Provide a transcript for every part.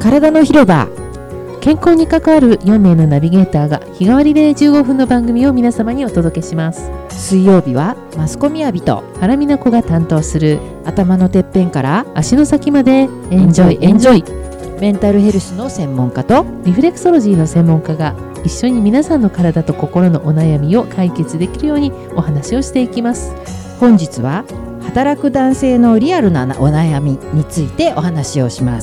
体の広場。 健康に関わる4名のナビゲーターが日替わりで15分の番組を皆様にお届けします。 水曜日はマスコミアビと原美奈子が担当する頭のてっぺんから足の先までエンジョイエンジョイ。 メンタルヘルスの専門家とリフレクソロジーの専門家が一緒に皆さんの体と心のお悩みを解決できるようにお話をしていきます。 本日は働く男性のリアルなお悩みについてお話をします。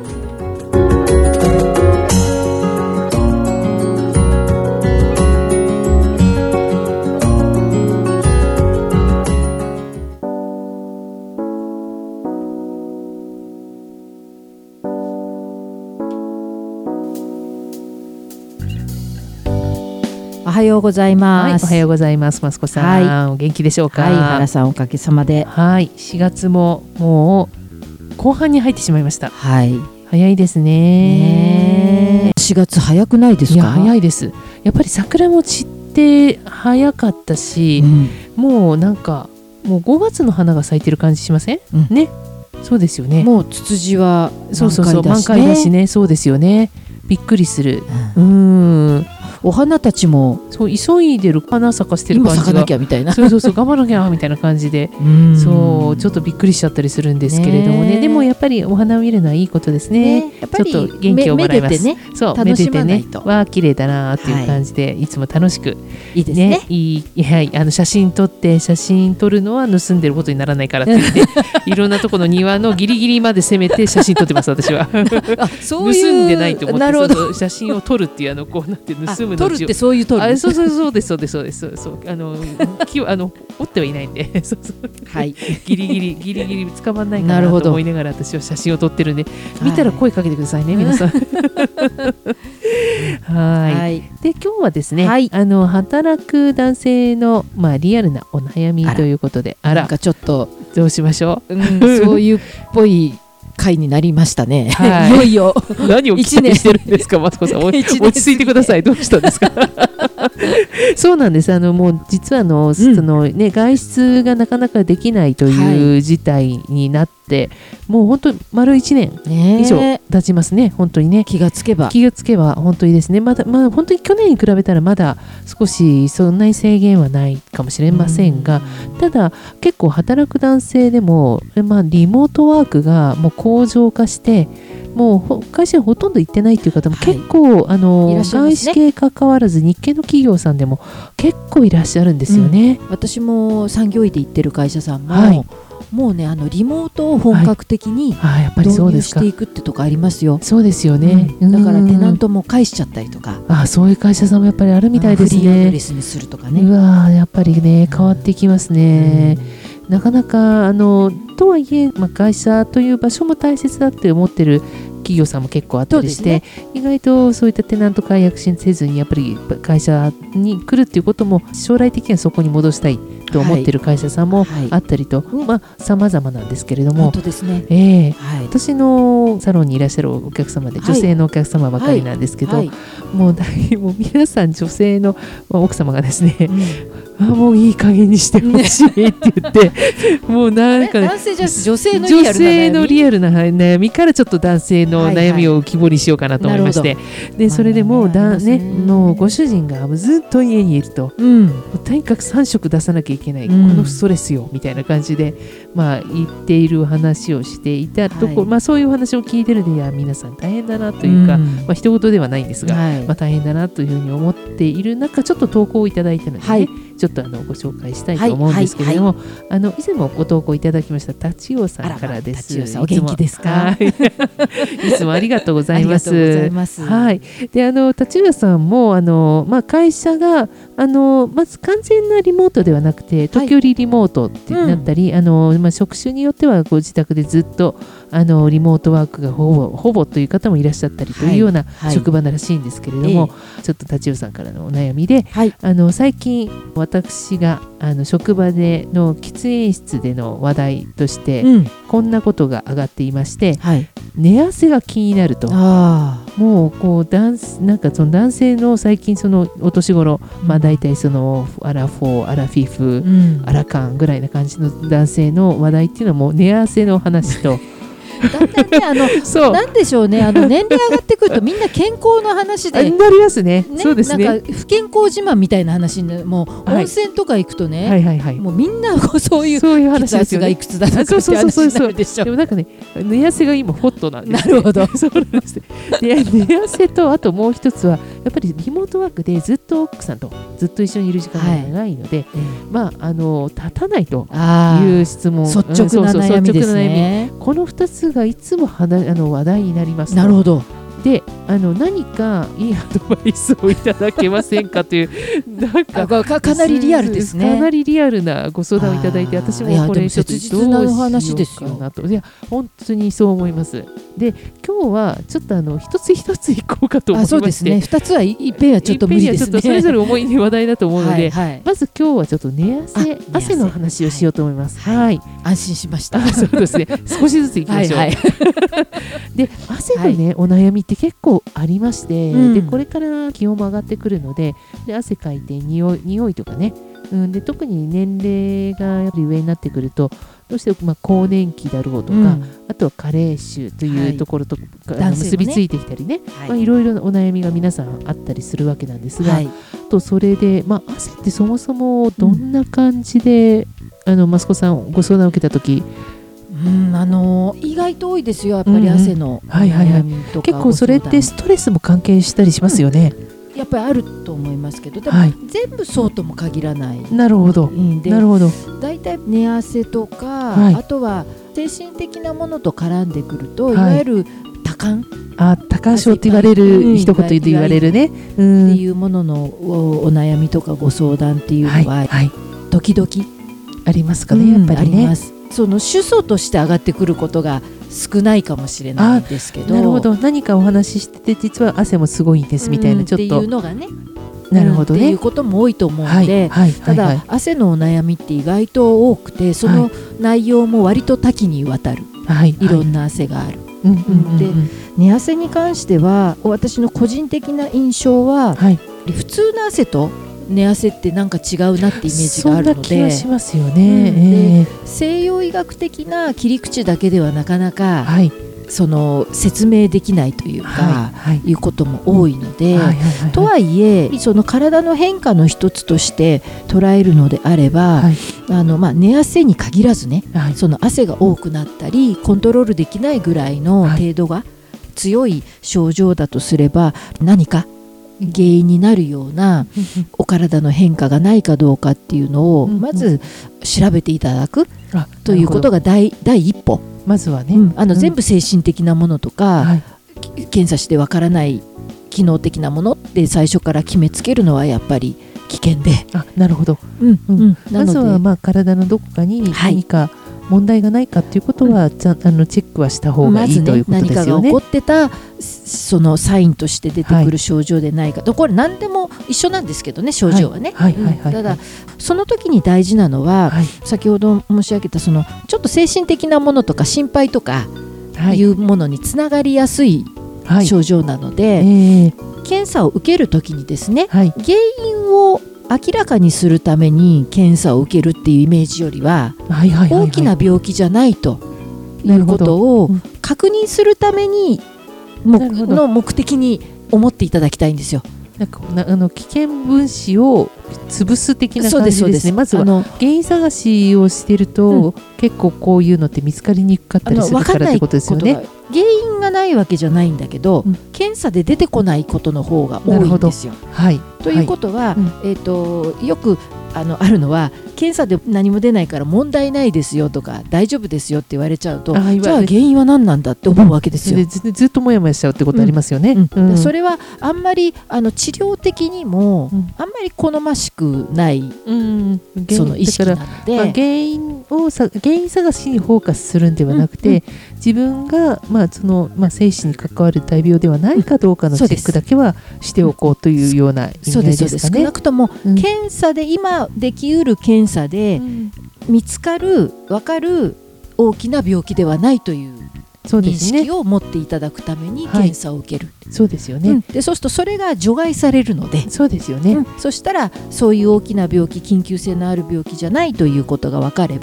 おはようございます。 はい、おはようございます。マスコさん、はい、お元気でしょうか。 はい、原さんおかげさまで。 はい、4月ももう後半に入ってしまいました。 はい、 早いですね。 4月早くないですか。 いや早いです。やっぱり桜も散って早かったし、もうなんかもう5月の花が咲いてる感じしません？ね、そうですよね。 もうツツジは満開だしね。そうですよね。びっくりする。 お花たちもそう急いでる花咲かしてる感じが今咲かなきゃみたいなそう頑張らなきゃみたいな感じでそうちょっとびっくりしちゃったりするんですけれどもね。でもやっぱりお花を見るのはいいことですね。やっぱりちょっと元気をもらいます。そうめでてねわあ綺麗だなっていう感じで、いつも楽しくいいですね。 はい、写真撮るのは盗んでることにならないからって言っていろんなところの庭のギリギリまで攻めて写真撮ってます私は。盗んでないと思ってその写真を撮るっていうこうなんて盗むの撮るってそういう撮る。 そうです折ってはいないんではい、ギリギリ捕まんないかなと思いながら私は写真を撮ってるんで、見たら声かけてくださいね、皆さん。はい。で今日はですね、働く男性のリアルなお悩みということで、 なんかちょっとどうしましょう。 そういうっぽい回になりましたね。 はい、 いよいよ何を期待してるんですか、マツコさん。落ち着いてください。どうしたんですか。そうなんです。もう実はそのね、外出がなかなかできないという事態になって、もう本当に丸1年以上経ちますね。本当にね。気がつけば本当にですね。まだ本当に去年に比べたらまだ少しそんなに制限はないかもしれませんが、ただ結構働く男性でもリモートワークがもう向上化して、もう会社にほとんど行ってないっていう方も結構、外資系関わらず日系の企業さんでも結構いらっしゃるんですよね。 私も産業医で行ってる会社さんも、もうねリモートを本格的に導入していくってとこありますよ。 そうですよね。 だからテナントも返しちゃったりとか、 そういう会社さんもやっぱりあるみたいですね。 フリーアドレスにするとかね。 やっぱりね変わってきますね。なかなかとはいえ、会社という場所も大切だって思ってる企業さんも結構あったりして、意外とそういったテナント解約せずにやっぱり会社に来るっていうことも将来的にはそこに戻したいと思ってる会社さんもあったりと、様々なんですけれども、 本当ですね。 私のサロンにいらっしゃるお客様で女性のお客様ばかりなんですけど、もう皆さん女性の奥様がですね、もういい加減にしてほしいって言ってもうなんか、 男性じゃ女性のリアルな悩みからちょっと男性の悩みを浮き彫りしようかなと思いまして、でそれでもうもうご主人がずっと家にいると、とにかく3食出さなきゃいけない、このストレスよみたいな感じで言っている話をしていたところ、そういう話を聞いてるで、皆さん大変だなというか、一言ではないんですが、大変だなというふうに思っている中、ちょっと投稿をいただいたのでね、ちょっとご紹介したいと思うんですけれども、以前もご投稿いただきましたタチオさんからです。 お元気ですか。 いつもありがとうございます。はい。でタチオさんも会社がまず完全なリモートではなくて時折リモートってなったり、職種によってはご自宅でずっとリモートワークがほぼという方もいらっしゃったりというような職場ならしいんですけれども、ちょっとタチオさんからのお悩みで、最近私が職場での喫煙室での話題として、こんなことが上がっていまして、寝汗が気になると。もうこうなんかその男性の最近そのお年頃、大体そのアラフォーアラフィフ、アラカンぐらいな感じの男性の話題っていうのはもう寝汗の話とだんだんねなんでしょうね、年齢上がってくるとみんな健康の話でなりますね。そうですね。 なんか不健康自慢みたいな話にもう温泉とか行くとね、もうみんなそういう血圧がいくつだとかって話になるでしょ。 でもなんかね、寝汗が今ホットなんです。 なるほど。 そうなんです。で、寝汗とあともう一つはやっぱりリモートワークでずっと奥さんとずっと一緒にいる時間が長いので、まあ立たないという質問、 率直な悩みですね。 この2つがいつも話題になります。 なるほど。 で何かいいアドバイスをいただけませんかというなんかかなりリアルですね。 かなりリアルなご相談をいただいて、私もこれちょっとどうしようかなと。いや本当にそう思います。で今日はちょっと一つ一ついこうかと思いまして。 そうですね。2つはいっぺんはちょっと無理ですね。 それぞれ重い話題だと思うので、まず今日はちょっと寝汗の話をしようと思います。はい。 安心しました。 そうですね。少しずついきましょう。で汗のねお悩みって結構ありまして、でこれから気温も上がってくるので、汗かいて匂いとかね、で特に年齢がやっぱり上になってくるとどうしても更年期だろうとか、あとは加齢臭というところと結びついてきたりね、いろいろなお悩みが皆さんあったりするわけなんですが、とそれで、汗ってそもそもどんな感じで、益子さんご相談を受けた時、 意外と多いですよ、やっぱり汗の悩みとか。 結構それってストレスも関係したりしますよね。 やっぱりあると思いますけど、でも全部そうとも限らない。 なるほど。なるほど。 だいたい寝汗とか、あとは精神的なものと絡んでくると、いわゆる多感、 多感症って言われる、一言で言われるねっていうもののお悩みとかご相談っていうのは時々 ありますかね。やっぱりね。 その主訴として上がってくることが少ないかもしれないんですけど。 なるほど。何かお話ししてて実は汗もすごいんですみたいな、ちょっとっていうのがね、 なるほどね、 っていうことも多いと思うので、ただ汗のお悩みって意外と多くて、その内容も割と多岐にわたる、いろんな汗がある。で寝汗に関しては私の個人的な印象は、普通の汗と寝汗ってなんか違うなってイメージがあるので、そんな気がしますよね。 で西洋医学的な切り口だけではなかなか、その説明できないというか、いうことも多いので、とはいえその体の変化の一つとして捉えるのであれば、寝汗に限らずね、その汗が多くなったりコントロールできないぐらいの程度が強い症状だとすれば、何か原因になるようなお体の変化がないかどうかっていうのをまず調べていただくということが第一歩。 まずはね、 全部精神的なものとか、検査してわからない機能的なものって最初から決めつけるのはやっぱり危険で。 なるほど。まずは体のどこかに何か問題がないかということはチェックはした方がいいということですよね。 何かが起こってたそのサインとして出てくる症状でないか、これ何でも一緒なんですけどね、症状はね。ただその時に大事なのは、先ほど申し上げたそのちょっと精神的なものとか心配とかいうものにつながりやすい症状なので、検査を受ける時にですね、原因を明らかにするために検査を受けるっていうイメージよりは、大きな病気じゃないということを確認するためにの目的に思っていただきたいんですよ。 なんか危険分子を潰す的な感じですね。まずは原因探しをしていると、結構こういうのって見つかりにくかったりするからってことですよね。 原因がないわけじゃないんだけど、検査で出てこないことの方が多いんですよ。ということは、よくあるのは検査で何も出ないから問題ないですよとか大丈夫ですよって言われちゃうと、じゃあ原因は何なんだって思うわけですよ。 ずっともやもやしちゃうってことありますよね。 それはあんまり治療的にもあんまり好ましくない、その意識なので、 原因探しにフォーカスするんではなくて、自分が生死に関わる大病ではないかどうかのチェックだけはしておこうというような意味合いですかね。 少なくとも検査で今できうる検査で見つかる分かる大きな病気ではないという認識を持っていただくために検査を受ける。 そうですよね。 でそうするとそれが除外されるので、 そうですよね。 そしたらそういう大きな病気、緊急性のある病気じゃないということが分かれば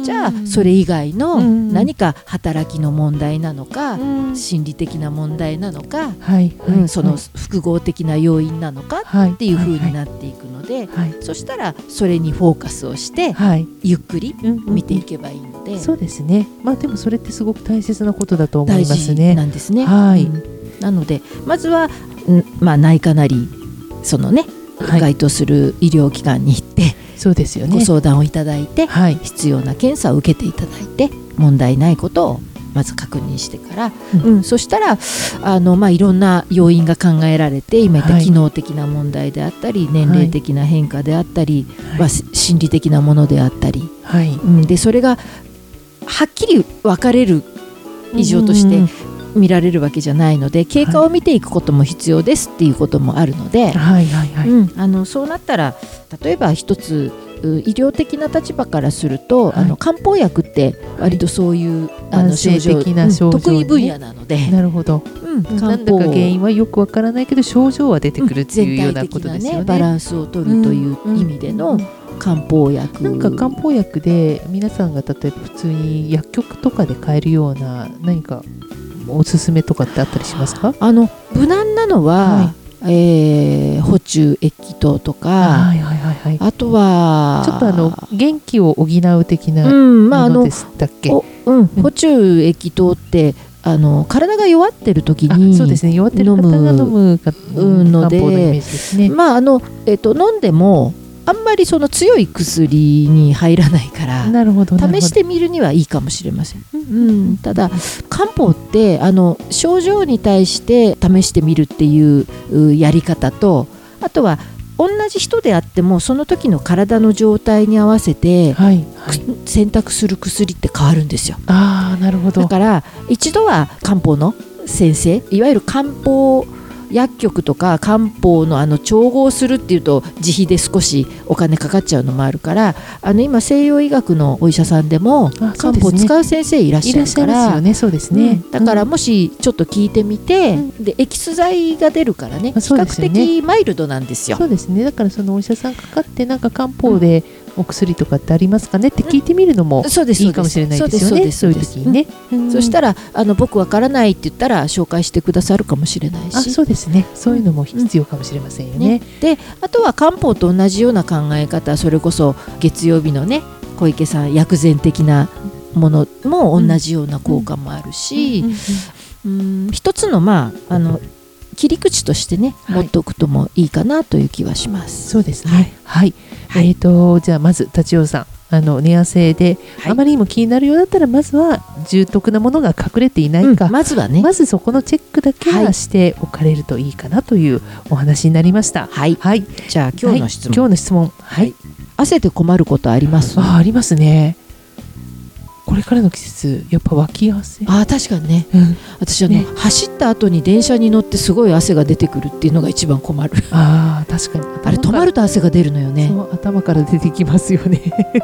じゃあそれ以外の何か働きの問題なのか、心理的な問題なのか、その複合的な要因なのかっていう風になっていくので、そしたらそれにフォーカスをしてゆっくり見ていけばいいので、 そうですね。でもそれってすごく大切なことだと思いますね。 大事なんですね。なのでまずは内科なりそのね該当する医療機関に行って、 そうですよね、 ご相談をいただいて、必要な検査を受けていただいて、問題ないことをまず確認してから、そしたらいろんな要因が考えられて、今言った機能的な問題であったり、年齢的な変化であったり、心理的なものであったり、でそれがはっきり分かれる異常として見られるわけじゃないので、経過を見ていくことも必要ですっていうこともあるので、そうなったら例えば一つ医療的な立場からすると、漢方薬って割とそういう症状的な症状、 得意分野なので、 なるほど、なんだか原因はよくわからないけど症状は出てくるっていうようなことですよね。 バランスを取るという意味での漢方薬、 なんか漢方薬で皆さんが例えば普通に薬局とかで買えるような何かおすすめとかってあったりしますか？ 無難なのは、補中液糖とか、あとはちょっと元気を補う的なものでしたっけ？ 補中液糖って体が弱ってる時にそうですね、弱ってる方が飲むので、飲んでもあんまりその強い薬に入らないから、試してみるにはいいかもしれません。ただ漢方って症状に対して試してみるっていうやり方と、あとは同じ人であってもその時の体の状態に合わせて、選択する薬って変わるんですよ。 なるほど。 だから一度は漢方の先生、いわゆる漢方薬局とか漢方の調合するっていうと自費で少しお金かかっちゃうのもあるから、今西洋医学のお医者さんでも漢方を使う先生いらっしゃるから、だからもしちょっと聞いてみて、でエキス剤が出るからね、比較的マイルドなんですよ。 そうですね。だからそのお医者さんかかってなんか漢方でお薬とかってありますかねって聞いてみるのもいいかもしれないですよね。そういう時にね。 そしたら僕わからないって言ったら紹介してくださるかもしれないし、 そうですね。そういうのも必要かもしれませんよね。 であとは漢方と同じような考え方、それこそ月曜日のね小池さん薬膳的なものも同じような効果もあるし、一つの切り口としてね、持っておくともいいかなという気はします。 そうですね。じゃあまず立尾さん、寝汗であまりにも気になるようだったら、まずは重篤なものが隠れていないか、 まずはね、 まずそこのチェックだけはしておかれるといいかなというお話になりました。 じゃあ今日の質問、汗で困ることあります？ ありますね。これからの季節やっぱ脇汗。 確かにね、私走った後に電車に乗ってすごい汗が出てくるっていうのが一番困る。 確かにあれ止まると汗が出るのよね。 そう、頭から出てきますよね。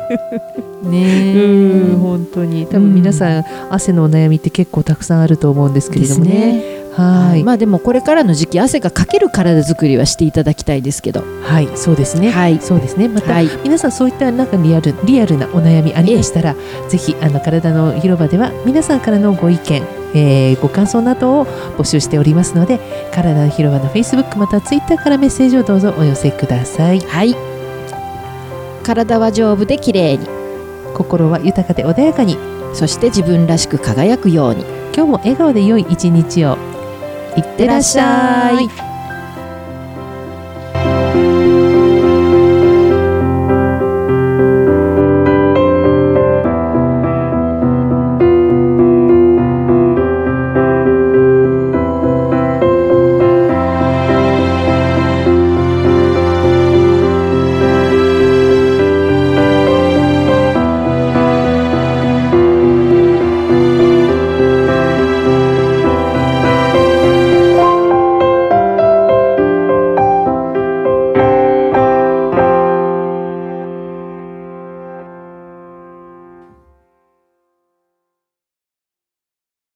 ね、 本当に多分皆さん、汗のお悩みって結構たくさんあると思うんですけれどもね。 でもこれからの時期汗がかける体作りはしていただきたいですけど、 そうですね。そうですね。また、皆さんそういったなんかリアルなお悩みありましたら、ぜひ体の広場では皆さんからのご意見、ご感想などを募集しておりますので、体の広場の Facebook また Twitter からメッセージをどうぞお寄せください。体は丈夫で綺麗に、心は豊かで穏やかに、そして自分らしく輝くように、今日も笑顔で良い一日を。いってらっしゃい。